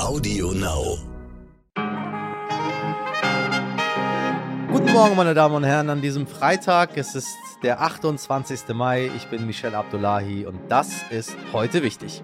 Audio Now. Guten Morgen, meine Damen und Herren, an diesem Freitag. Es ist der 28. Mai. Ich bin Michel Abdullahi und das ist heute wichtig.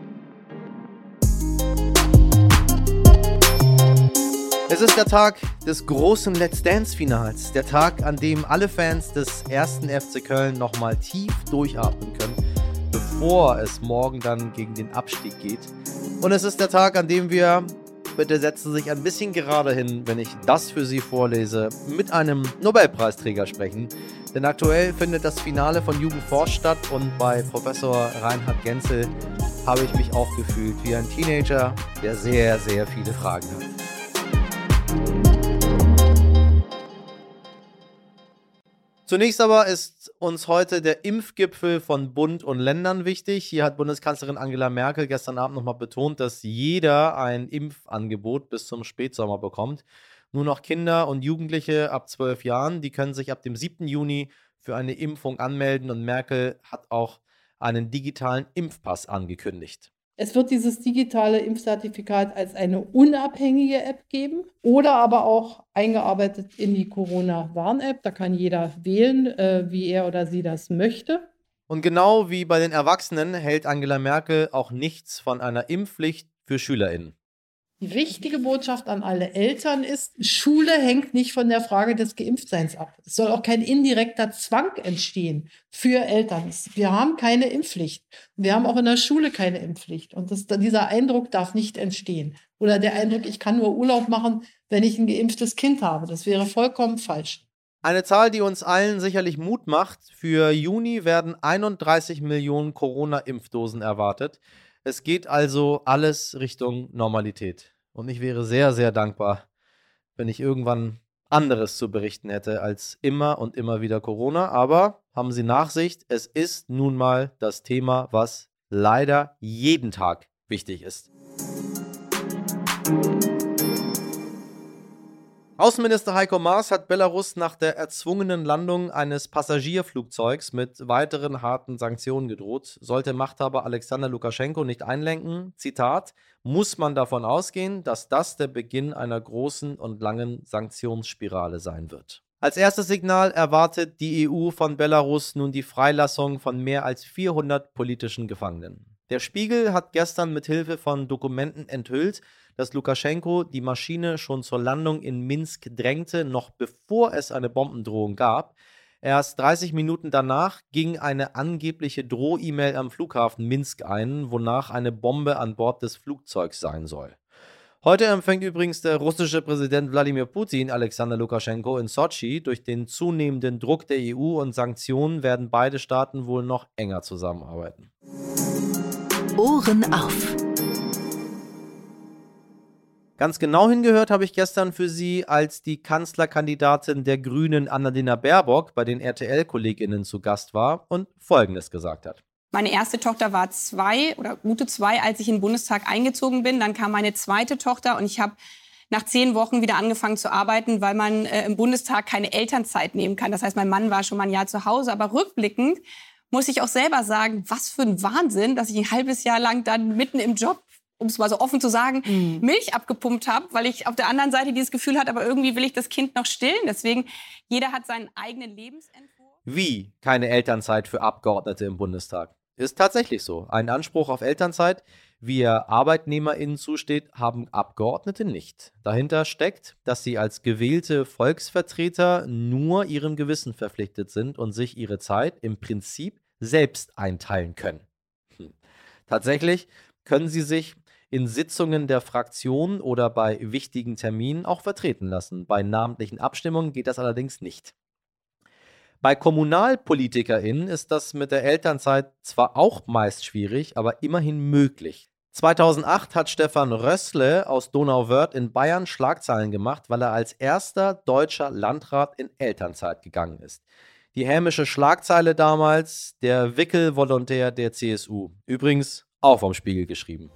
Es ist der Tag des großen Let's Dance-Finals. Der Tag, an dem alle Fans des 1. FC Köln nochmal tief durchatmen können, bevor es morgen dann gegen den Abstieg geht. Und es ist der Tag, an dem wir, bitte setzen Sie sich ein bisschen gerade hin, wenn ich das für Sie vorlese, mit einem Nobelpreisträger sprechen. Denn aktuell findet das Finale von Jugend forscht statt und bei Professor Reinhard Genzel habe ich mich auch gefühlt wie ein Teenager, der sehr, sehr viele Fragen hat. Zunächst aber ist uns heute der Impfgipfel von Bund und Ländern wichtig. Hier hat Bundeskanzlerin Angela Merkel gestern Abend nochmal betont, dass jeder ein Impfangebot bis zum Spätsommer bekommt. Nur noch Kinder und Jugendliche ab 12 Jahren, die können sich ab dem 7. Juni für eine Impfung anmelden und Merkel hat auch einen digitalen Impfpass angekündigt. Es wird dieses digitale Impfzertifikat als eine unabhängige App geben oder aber auch eingearbeitet in die Corona-Warn-App. Da kann jeder wählen, wie er oder sie das möchte. Und genau wie bei den Erwachsenen hält Angela Merkel auch nichts von einer Impfpflicht für SchülerInnen. Die wichtige Botschaft an alle Eltern ist, Schule hängt nicht von der Frage des Geimpftseins ab. Es soll auch kein indirekter Zwang entstehen für Eltern. Wir haben keine Impfpflicht. Wir haben auch in der Schule keine Impfpflicht. Und dieser Eindruck darf nicht entstehen. Oder der Eindruck, ich kann nur Urlaub machen, wenn ich ein geimpftes Kind habe. Das wäre vollkommen falsch. Eine Zahl, die uns allen sicherlich Mut macht. Für Juni werden 31 Millionen Corona-Impfdosen erwartet. Es geht also alles Richtung Normalität. Und ich wäre sehr, sehr dankbar, wenn ich irgendwann anderes zu berichten hätte als immer und immer wieder Corona. Aber haben Sie Nachsicht, es ist nun mal das Thema, was leider jeden Tag wichtig ist. Außenminister Heiko Maas hat Belarus nach der erzwungenen Landung eines Passagierflugzeugs mit weiteren harten Sanktionen gedroht. Sollte Machthaber Alexander Lukaschenko nicht einlenken, Zitat, muss man davon ausgehen, dass das der Beginn einer großen und langen Sanktionsspirale sein wird. Als erstes Signal erwartet die EU von Belarus nun die Freilassung von mehr als 400 politischen Gefangenen. Der Spiegel hat gestern mit Hilfe von Dokumenten enthüllt, dass Lukaschenko die Maschine schon zur Landung in Minsk drängte, noch bevor es eine Bombendrohung gab. Erst 30 Minuten danach ging eine angebliche Droh-E-Mail am Flughafen Minsk ein, wonach eine Bombe an Bord des Flugzeugs sein soll. Heute empfängt übrigens der russische Präsident Wladimir Putin Alexander Lukaschenko in Sotschi. Durch den zunehmenden Druck der EU und Sanktionen werden beide Staaten wohl noch enger zusammenarbeiten. Ohren auf. Ganz genau hingehört habe ich gestern für Sie, als die Kanzlerkandidatin der Grünen Annalena Baerbock bei den RTL-KollegInnen zu Gast war und Folgendes gesagt hat. Meine erste Tochter war 2 oder gute 2, als ich in den Bundestag eingezogen bin. Dann kam meine zweite Tochter und ich habe nach 10 Wochen wieder angefangen zu arbeiten, weil man im Bundestag keine Elternzeit nehmen kann. Das heißt, mein Mann war schon mal ein Jahr zu Hause. Aber rückblickend muss ich auch selber sagen, was für ein Wahnsinn, dass ich ein halbes Jahr lang dann mitten im Job, um es mal so offen zu sagen, Milch abgepumpt habe, weil ich auf der anderen Seite dieses Gefühl hatte, aber irgendwie will ich das Kind noch stillen. Deswegen, jeder hat seinen eigenen Lebensentwurf. Wie keine Elternzeit für Abgeordnete im Bundestag? Ist tatsächlich so. Einen Anspruch auf Elternzeit, wie er ArbeitnehmerInnen zusteht, haben Abgeordnete nicht. Dahinter steckt, dass sie als gewählte Volksvertreter nur ihrem Gewissen verpflichtet sind und sich ihre Zeit im Prinzip selbst einteilen können. Tatsächlich können sie sich in Sitzungen der Fraktion oder bei wichtigen Terminen auch vertreten lassen. Bei namentlichen Abstimmungen geht das allerdings nicht. Bei KommunalpolitikerInnen ist das mit der Elternzeit zwar auch meist schwierig, aber immerhin möglich. 2008 hat Stefan Rössle aus Donauwörth in Bayern Schlagzeilen gemacht, weil er als erster deutscher Landrat in Elternzeit gegangen ist. Die hämische Schlagzeile damals, der Wickel-Volontär der CSU. Übrigens auch vom Spiegel geschrieben.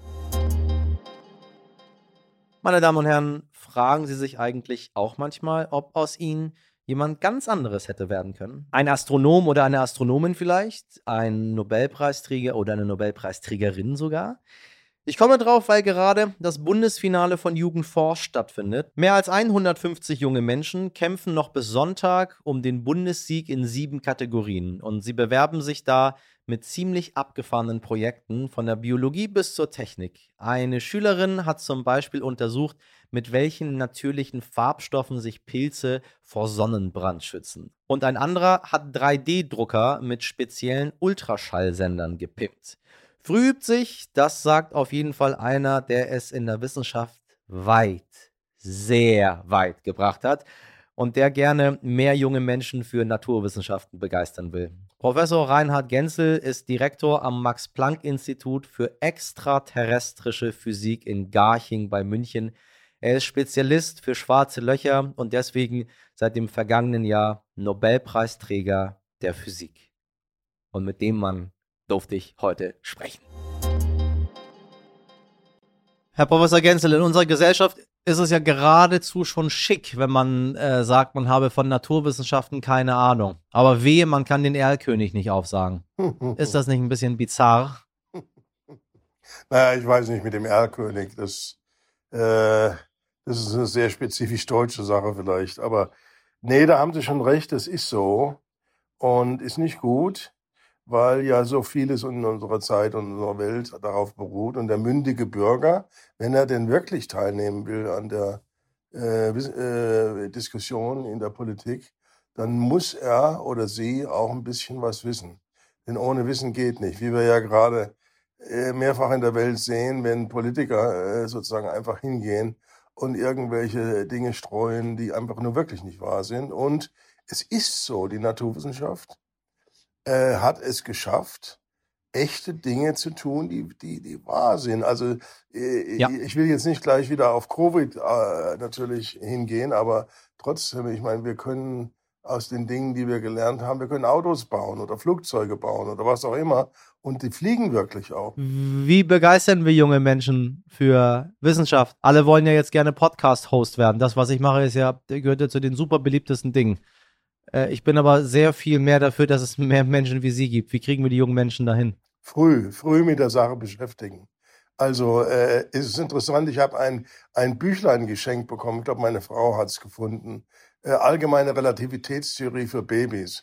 Meine Damen und Herren, fragen Sie sich eigentlich auch manchmal, ob aus Ihnen jemand ganz anderes hätte werden können? Ein Astronom oder eine Astronomin vielleicht? Ein Nobelpreisträger oder eine Nobelpreisträgerin sogar? Ich komme drauf, weil gerade das Bundesfinale von Jugendforsch stattfindet. Mehr als 150 junge Menschen kämpfen noch bis Sonntag um den Bundessieg in 7 Kategorien. Und sie bewerben sich da mit ziemlich abgefahrenen Projekten, von der Biologie bis zur Technik. Eine Schülerin hat zum Beispiel untersucht, mit welchen natürlichen Farbstoffen sich Pilze vor Sonnenbrand schützen. Und ein anderer hat 3D-Drucker mit speziellen Ultraschallsendern gepimpt. Früh übt sich, das sagt auf jeden Fall einer, der es in der Wissenschaft weit, sehr weit gebracht hat und der gerne mehr junge Menschen für Naturwissenschaften begeistern will. Professor Reinhard Genzel ist Direktor am Max-Planck-Institut für extraterrestrische Physik in Garching bei München. Er ist Spezialist für schwarze Löcher und deswegen seit dem vergangenen Jahr Nobelpreisträger der Physik. Und mit dem Mann durfte ich heute sprechen. Herr Professor Genzel, in unserer Gesellschaft ist es ja geradezu schon schick, wenn man sagt, man habe von Naturwissenschaften keine Ahnung. Aber wehe, man kann den Erlkönig nicht aufsagen. Ist das nicht ein bisschen bizarr? Naja, ich weiß nicht mit dem Erlkönig. Das ist eine sehr spezifisch deutsche Sache vielleicht. Aber nee, da haben Sie schon recht, das ist so und ist nicht gut, weil ja so vieles in unserer Zeit und in unserer Welt darauf beruht. Und der mündige Bürger, wenn er denn wirklich teilnehmen will an der Diskussion in der Politik, dann muss er oder sie auch ein bisschen was wissen. Denn ohne Wissen geht nicht. Wie wir ja gerade mehrfach in der Welt sehen, wenn Politiker sozusagen einfach hingehen und irgendwelche Dinge streuen, die einfach nur wirklich nicht wahr sind. Und es ist so, die Naturwissenschaft hat es geschafft, echte Dinge zu tun, die wahr sind. Also ich will jetzt nicht gleich wieder auf Covid natürlich hingehen, aber trotzdem, ich meine, wir können aus den Dingen, die wir gelernt haben, wir können Autos bauen oder Flugzeuge bauen oder was auch immer und die fliegen wirklich auch. Wie begeistern wir junge Menschen für Wissenschaft? Alle wollen ja jetzt gerne Podcast-Host werden. Das, was ich mache, gehört ja zu den super beliebtesten Dingen. Ich bin aber sehr viel mehr dafür, dass es mehr Menschen wie Sie gibt. Wie kriegen wir die jungen Menschen dahin? Früh mit der Sache beschäftigen. Also es ist interessant, ich habe ein Büchlein geschenkt bekommen, ich glaube, meine Frau hat es gefunden. Allgemeine Relativitätstheorie für Babys.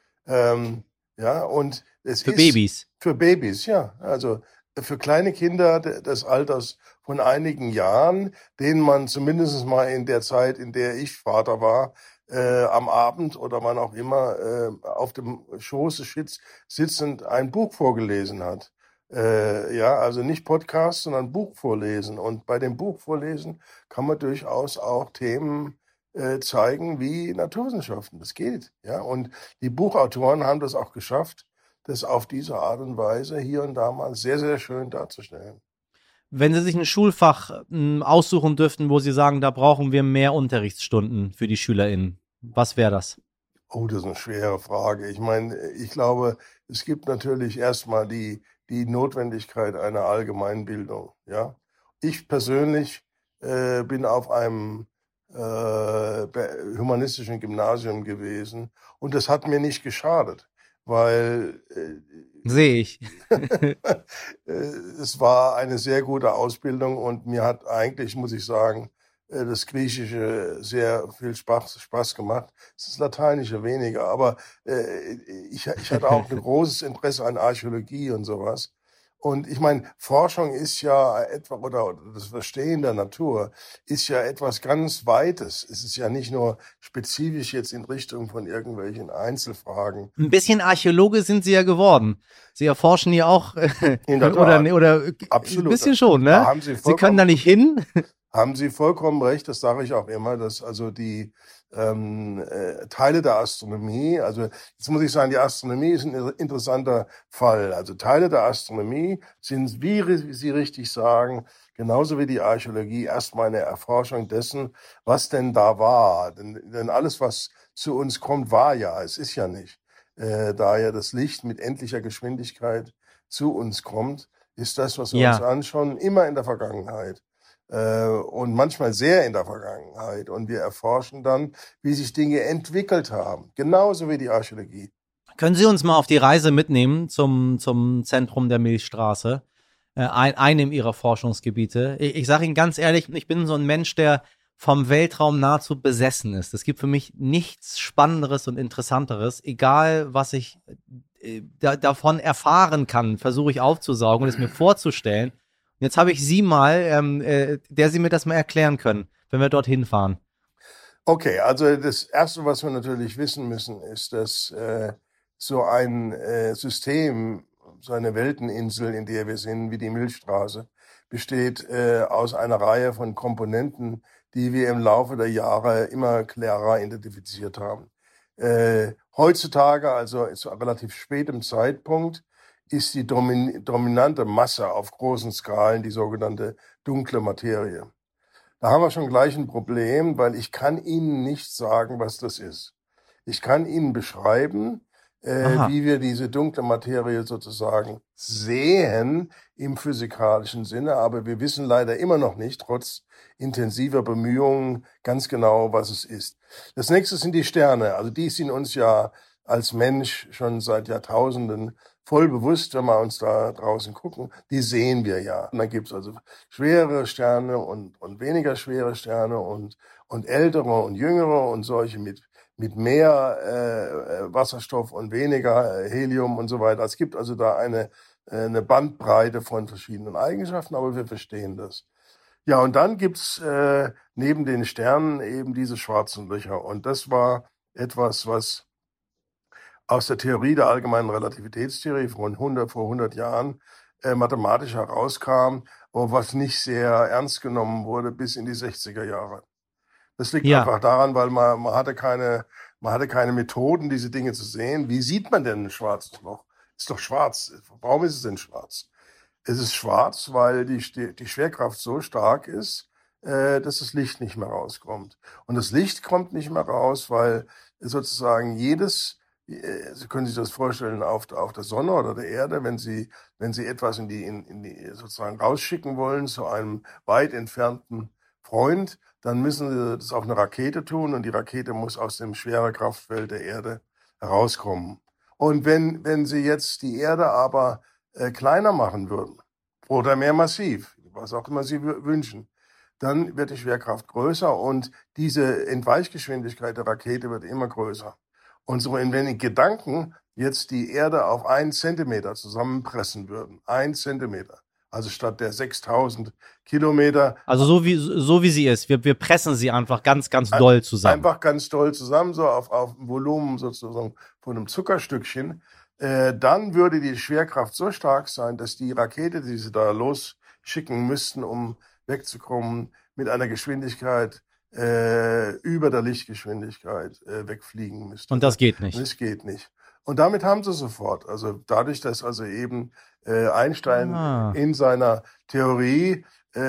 Ja, und es für ist Babys? Für Babys, ja. Also für kleine Kinder des Alters von einigen Jahren, denen man zumindest mal in der Zeit, in der ich Vater war, am Abend oder wann auch immer auf dem Schoße sitzend ein Buch vorgelesen hat. Ja, also nicht Podcast, sondern Buch vorlesen. Und bei dem Buch vorlesen kann man durchaus auch Themen zeigen wie Naturwissenschaften. Das geht. Ja, und die Buchautoren haben das auch geschafft, das auf diese Art und Weise hier und da mal sehr, sehr schön darzustellen. Wenn Sie sich ein Schulfach aussuchen dürften, wo Sie sagen, da brauchen wir mehr Unterrichtsstunden für die SchülerInnen, was wäre das? Oh, das ist eine schwere Frage. Ich meine, ich glaube, es gibt natürlich erstmal die Notwendigkeit einer Allgemeinbildung. Ja? Ich persönlich bin auf einem humanistischen Gymnasium gewesen und das hat mir nicht geschadet, weil sehe ich. Es war eine sehr gute Ausbildung und mir hat eigentlich, muss ich sagen, das Griechische sehr viel Spaß gemacht. Das ist Lateinische weniger, aber ich hatte auch ein großes Interesse an Archäologie und sowas. Und ich meine, Forschung ist ja etwas, oder das Verstehen der Natur ist ja etwas ganz Weites. Es ist ja nicht nur spezifisch jetzt in Richtung von irgendwelchen Einzelfragen. Ein bisschen Archäologe sind Sie ja geworden. Sie erforschen ja auch, in der Tat. oder absolut. Ein bisschen schon, ne? Da haben Sie können da nicht hin. Haben Sie vollkommen recht, das sage ich auch immer, dass also die Teile der Astronomie, also jetzt muss ich sagen, die Astronomie ist ein interessanter Fall. Also Teile der Astronomie sind, wie Sie richtig sagen, genauso wie die Archäologie erstmal eine Erforschung dessen, was denn da war. Denn alles, was zu uns kommt, war ja, es ist ja nicht. Da ja das Licht mit endlicher Geschwindigkeit zu uns kommt, ist das, was wir uns anschauen, immer in der Vergangenheit. Und manchmal sehr in der Vergangenheit. Und wir erforschen dann, wie sich Dinge entwickelt haben. Genauso wie die Archäologie. Können Sie uns mal auf die Reise mitnehmen zum Zentrum der Milchstraße? einem ihrer Forschungsgebiete. Ich sage Ihnen ganz ehrlich, ich bin so ein Mensch, der vom Weltraum nahezu besessen ist. Es gibt für mich nichts Spannenderes und Interessanteres. Egal, was ich davon erfahren kann, versuche ich aufzusaugen und es mir vorzustellen. Und jetzt habe ich Sie mal, der Sie mir das mal erklären können, wenn wir dorthin fahren. Okay, also das Erste, was wir natürlich wissen müssen, ist, dass so ein System, so eine Welteninsel, in der wir sind, wie die Milchstraße, besteht aus einer Reihe von Komponenten, die wir im Laufe der Jahre immer klarer identifiziert haben. Heutzutage, also zu relativ spätem Zeitpunkt, ist die dominante Masse auf großen Skalen die sogenannte dunkle Materie. Da haben wir schon gleich ein Problem, weil ich kann Ihnen nicht sagen, was das ist. Ich kann Ihnen beschreiben, wie wir diese dunkle Materie sozusagen sehen im physikalischen Sinne, aber wir wissen leider immer noch nicht, trotz intensiver Bemühungen, ganz genau, was es ist. Das nächste sind die Sterne. Also die sind uns ja als Mensch schon seit Jahrtausenden voll bewusst, wenn wir uns da draußen gucken. Die sehen wir ja. Und dann gibt's also schwere Sterne und weniger schwere Sterne und ältere und jüngere und solche mit mehr Wasserstoff und weniger Helium und so weiter. Es gibt also da eine Bandbreite von verschiedenen Eigenschaften, aber wir verstehen das. Ja, und dann gibt's neben den Sternen eben diese schwarzen Löcher. Und das war etwas, was aus der Theorie der allgemeinen Relativitätstheorie vor 100 Jahren mathematisch herauskam, aber was nicht sehr ernst genommen wurde bis in die 60er Jahre. Das liegt einfach daran, weil man hatte keine Methoden, diese Dinge zu sehen. Wie sieht man denn ein schwarzes Loch? Ist doch schwarz. Warum ist es denn schwarz? Es ist schwarz, weil die Schwerkraft so stark ist, dass das Licht nicht mehr rauskommt. Und das Licht kommt nicht mehr raus, weil sozusagen Sie können sich das vorstellen auf der Sonne oder der Erde, wenn Sie etwas in die sozusagen rausschicken wollen zu einem weit entfernten Freund, dann müssen Sie das auf eine Rakete tun und die Rakete muss aus dem Schwerekraftfeld der Erde herauskommen. Und wenn Sie jetzt die Erde aber kleiner machen würden oder mehr massiv, was auch immer Sie wünschen, dann wird die Schwerkraft größer und diese Entweichgeschwindigkeit der Rakete wird immer größer. Und so, wenn in Gedanken jetzt die Erde auf 1 Zentimeter zusammenpressen würden, 1 Zentimeter, also statt der 6000 Kilometer. Also so wie sie ist. Wir pressen sie einfach ganz, ganz doll zusammen. Einfach ganz doll zusammen, so auf ein Volumen sozusagen von einem Zuckerstückchen. Dann würde die Schwerkraft so stark sein, dass die Rakete, die sie da losschicken müssten, um wegzukommen, mit einer Geschwindigkeit über der Lichtgeschwindigkeit wegfliegen müsste. Und das geht nicht. Das geht nicht. Und damit haben sie sofort. Also dadurch, dass also eben Einstein in seiner Theorie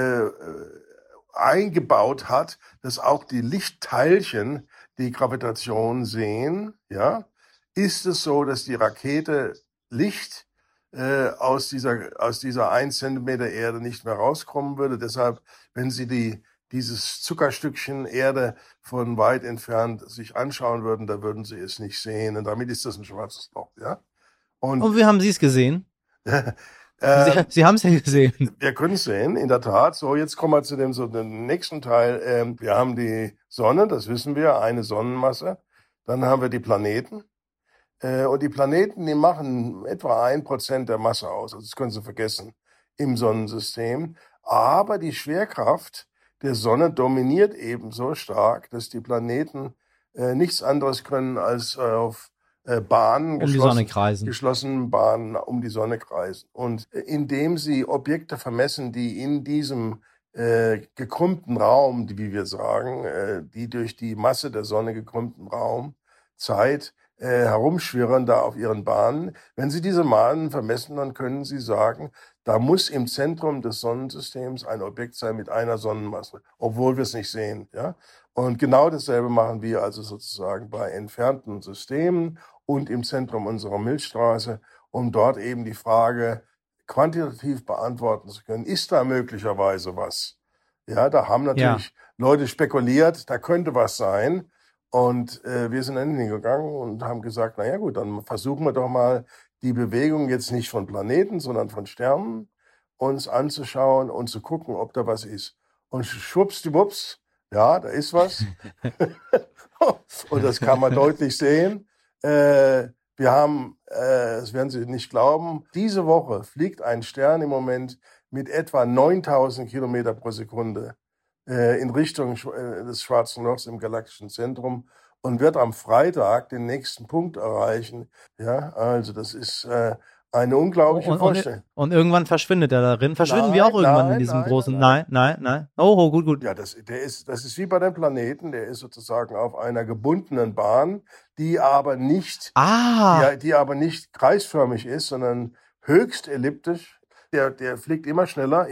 eingebaut hat, dass auch die Lichtteilchen die Gravitation sehen, ja, ist es so, dass die Rakete Licht aus dieser 1 Zentimeter Erde nicht mehr rauskommen würde. Deshalb, wenn Sie dieses Zuckerstückchen Erde von weit entfernt sich anschauen würden, da würden Sie es nicht sehen. Und damit ist das ein schwarzes Loch, ja. Und wie haben Sie es gesehen? Sie haben es ja gesehen. Wir können es sehen, in der Tat. So, jetzt kommen wir zu dem nächsten Teil. Wir haben die Sonne, das wissen wir, eine Sonnenmasse. Dann haben wir die Planeten. Und die Planeten, die machen etwa 1% der Masse aus. Also das können Sie vergessen im Sonnensystem. Aber die Schwerkraft der Sonne dominiert eben so stark, dass die Planeten nichts anderes können als auf Bahnen, geschlossenen Bahnen um die Sonne kreisen. Und indem sie Objekte vermessen, die in diesem gekrümmten Raum, wie wir sagen, die durch die Masse der Sonne gekrümmten Raum, Zeit, herumschwirren da auf ihren Bahnen. Wenn Sie diese Bahnen vermessen, dann können Sie sagen, da muss im Zentrum des Sonnensystems ein Objekt sein mit einer Sonnenmasse, obwohl wir es nicht sehen. Ja? Und genau dasselbe machen wir also sozusagen bei entfernten Systemen und im Zentrum unserer Milchstraße, um dort eben die Frage quantitativ beantworten zu können. Ist da möglicherweise was? Ja, da haben natürlich Leute spekuliert, da könnte was sein. Und wir sind dann hingegangen und haben gesagt, naja gut, dann versuchen wir doch mal die Bewegung jetzt nicht von Planeten, sondern von Sternen. uns anzuschauen und zu gucken, ob da was ist. Und schwuppsdiwupps, ja, da ist was. Und das kann man deutlich sehen. Wir haben, das werden Sie nicht glauben, diese Woche fliegt ein Stern im Moment mit etwa 9000 Kilometer pro Sekunde in Richtung des Schwarzen Lochs im galaktischen Zentrum und wird am Freitag den nächsten Punkt erreichen. Ja, also das ist eine unglaubliche Vorstellung. Und irgendwann verschwindet er darin. Verschwinden wir auch irgendwann in diesem großen... Nein. Oh, gut. Ja, das ist wie bei den Planeten. Der ist sozusagen auf einer gebundenen Bahn, die aber nicht kreisförmig ist, sondern höchst elliptisch. Der fliegt immer schneller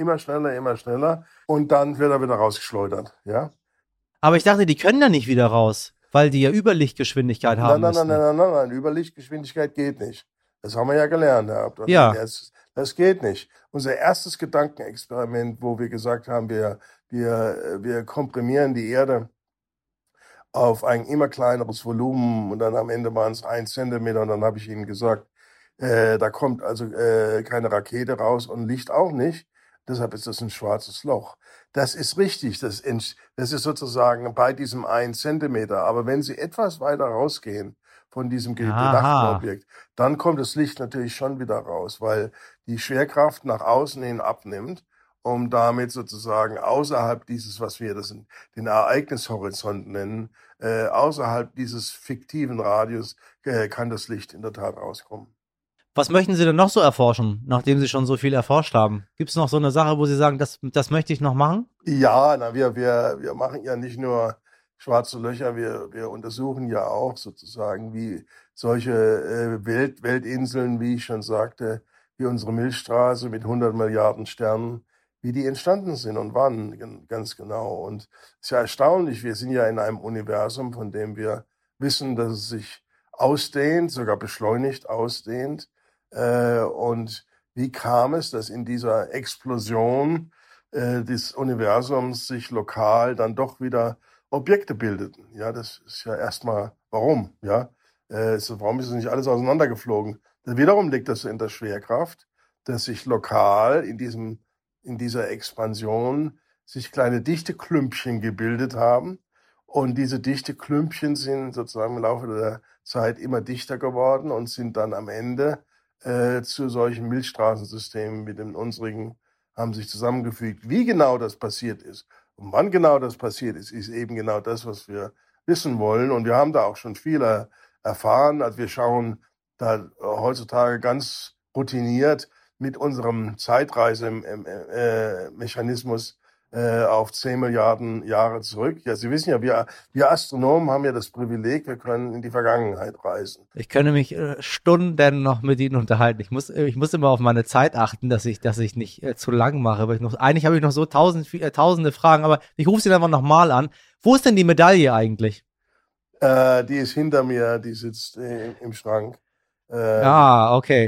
und dann wird er wieder rausgeschleudert. Ja? Aber ich dachte, die können da nicht wieder raus, weil die ja Überlichtgeschwindigkeit haben müssen. Nein, Überlichtgeschwindigkeit geht nicht. Das haben wir ja gelernt, Herr Abdel. Ja. Das geht nicht. Unser erstes Gedankenexperiment, wo wir gesagt haben, wir komprimieren die Erde auf ein immer kleineres Volumen und dann am Ende waren es 1 Zentimeter und dann habe ich Ihnen gesagt, da kommt also keine Rakete raus und Licht auch nicht. Deshalb ist das ein schwarzes Loch. Das ist richtig. Das ist sozusagen bei diesem 1 Zentimeter. Aber wenn Sie etwas weiter rausgehen von diesem gedachten Objekt, dann kommt das Licht natürlich schon wieder raus, weil die Schwerkraft nach außen hin abnimmt, um damit sozusagen außerhalb dieses, was wir den Ereignishorizont nennen, außerhalb dieses fiktiven Radius kann das Licht in der Tat rauskommen. Was möchten Sie denn noch so erforschen, nachdem Sie schon so viel erforscht haben? Gibt es noch so eine Sache, wo Sie sagen, das möchte ich noch machen? Ja, wir machen ja nicht nur schwarze Löcher, wir untersuchen ja auch sozusagen, wie solche Weltinseln, wie ich schon sagte, wie unsere Milchstraße mit 100 Milliarden Sternen, wie die entstanden sind und wann, ganz genau. Und es ist ja erstaunlich, wir sind ja in einem Universum, von dem wir wissen, dass es sich ausdehnt, sogar beschleunigt ausdehnt. Und wie kam es, dass in dieser Explosion des Universums sich lokal dann doch wieder Objekte bildeten? Ja, das ist ja erstmal, warum? Ja, warum ist es nicht alles auseinandergeflogen? Wiederum liegt das in der Schwerkraft, dass sich lokal in dieser Expansion sich kleine Dichteklümpchen gebildet haben. Und diese Dichteklümpchen sind sozusagen im Laufe der Zeit immer dichter geworden und sind dann am Ende zu solchen Milchstraßensystemen wie den unsrigen, haben sich zusammengefügt. Wie genau das passiert ist und wann genau das passiert ist, ist eben genau das, was wir wissen wollen. Und wir haben da auch schon viel erfahren. Also wir schauen da heutzutage ganz routiniert mit unserem Zeitreisemechanismus auf 10 Milliarden Jahre zurück. Ja, Sie wissen ja, wir Astronomen haben ja das Privileg, wir können in die Vergangenheit reisen. Ich könnte mich Stunden noch mit Ihnen unterhalten. Ich muss immer auf meine Zeit achten, dass ich nicht zu lang mache. Aber eigentlich habe ich noch so tausende Fragen, aber ich rufe Sie einfach nochmal an. Wo ist denn die Medaille eigentlich? Die ist hinter mir, die sitzt im Schrank. Okay.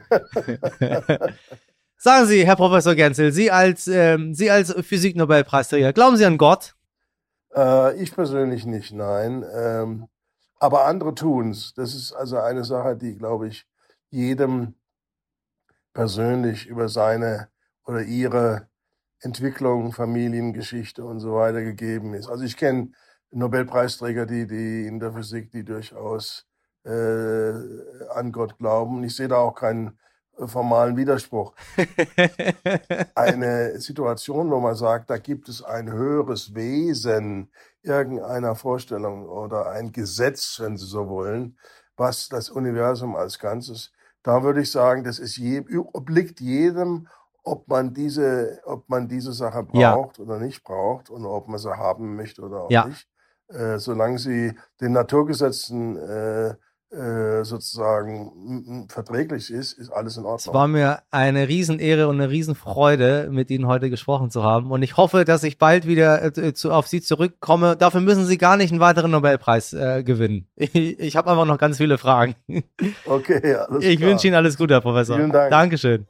Sagen Sie, Herr Professor Genzel, Sie als Physik-Nobelpreisträger, glauben Sie an Gott? Ich persönlich nicht, nein. Aber andere tun's. Das ist also eine Sache, die, glaube ich, jedem persönlich über seine oder ihre Entwicklung, Familiengeschichte und so weiter gegeben ist. Also ich kenne Nobelpreisträger, die in der Physik, die durchaus an Gott glauben. Ich sehe da auch keinen formalen Widerspruch. Eine Situation, wo man sagt, da gibt es ein höheres Wesen irgendeiner Vorstellung oder ein Gesetz, wenn Sie so wollen, was das Universum als Ganzes, da würde ich sagen, das ist obliegt jedem, ob man diese Sache braucht oder nicht braucht und ob man sie haben möchte oder auch nicht. Solange sie den Naturgesetzen sozusagen verträglich ist alles in Ordnung. Es war mir eine Riesenehre und eine Riesenfreude, mit Ihnen heute gesprochen zu haben. Und ich hoffe, dass ich bald wieder auf Sie zurückkomme. Dafür müssen Sie gar nicht einen weiteren Nobelpreis gewinnen. Ich habe einfach noch ganz viele Fragen. Okay, alles klar. Ich wünsche Ihnen alles Gute, Herr Professor. Vielen Dank. Dankeschön.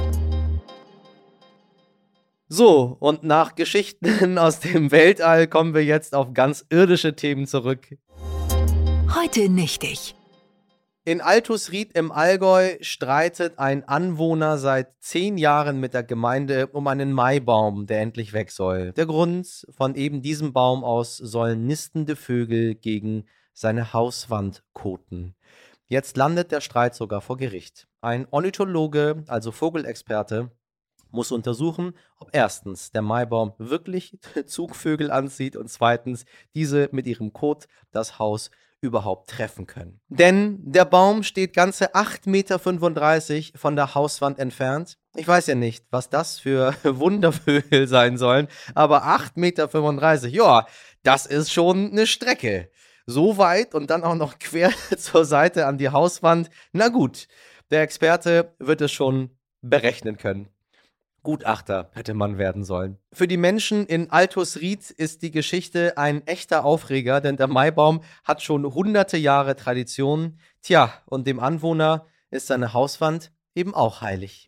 So, und nach Geschichten aus dem Weltall kommen wir jetzt auf ganz irdische Themen zurück. Heute nichtig. In Altusried im Allgäu streitet ein Anwohner seit 10 Jahren mit der Gemeinde um einen Maibaum, der endlich weg soll. Der Grund: von eben diesem Baum aus sollen nistende Vögel gegen seine Hauswand koten. Jetzt landet der Streit sogar vor Gericht. Ein Ornithologe, also Vogelexperte, muss untersuchen, ob erstens der Maibaum wirklich Zugvögel anzieht und zweitens diese mit ihrem Kot das Haus überhaupt treffen können. Denn der Baum steht ganze 8,35 Meter von der Hauswand entfernt. Ich weiß ja nicht, was das für Wundervögel sein sollen, aber 8,35 Meter, ja, das ist schon eine Strecke. So weit und dann auch noch quer zur Seite an die Hauswand. Na gut, der Experte wird es schon berechnen können. Gutachter hätte man werden sollen. Für die Menschen in Altusried ist die Geschichte ein echter Aufreger, denn der Maibaum hat schon hunderte Jahre Tradition. Tja, und dem Anwohner ist seine Hauswand eben auch heilig.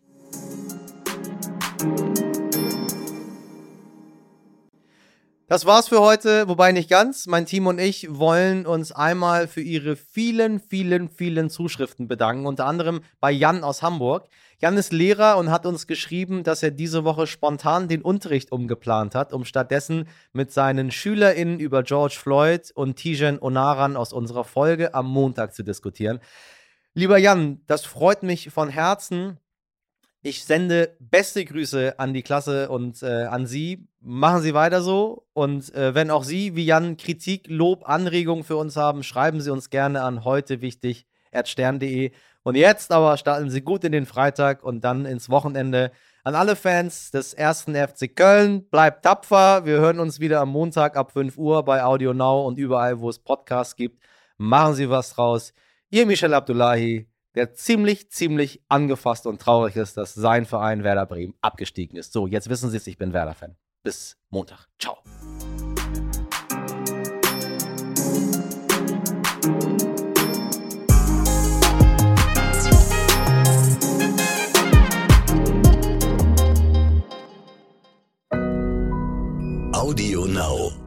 Das war's für heute, wobei nicht ganz. Mein Team und ich wollen uns einmal für Ihre vielen, vielen, vielen Zuschriften bedanken, unter anderem bei Jan aus Hamburg. Jan ist Lehrer und hat uns geschrieben, dass er diese Woche spontan den Unterricht umgeplant hat, um stattdessen mit seinen SchülerInnen über George Floyd und Tijen Onaran aus unserer Folge am Montag zu diskutieren. Lieber Jan, das freut mich von Herzen. Ich sende beste Grüße an die Klasse und an Sie. Machen Sie weiter so. Und wenn auch Sie, wie Jan, Kritik, Lob, Anregungen für uns haben, schreiben Sie uns gerne an heutewichtig@stern.de. Und jetzt aber starten Sie gut in den Freitag und dann ins Wochenende. An alle Fans des 1. FC Köln, bleibt tapfer. Wir hören uns wieder am Montag ab 5 Uhr bei Audio Now und überall, wo es Podcasts gibt. Machen Sie was draus. Ihr Michel Abdullahi, der ziemlich angefasst und traurig ist, dass sein Verein Werder Bremen abgestiegen ist. So, jetzt wissen Sie es, ich bin Werder-Fan. Bis Montag. Ciao. Audio Now.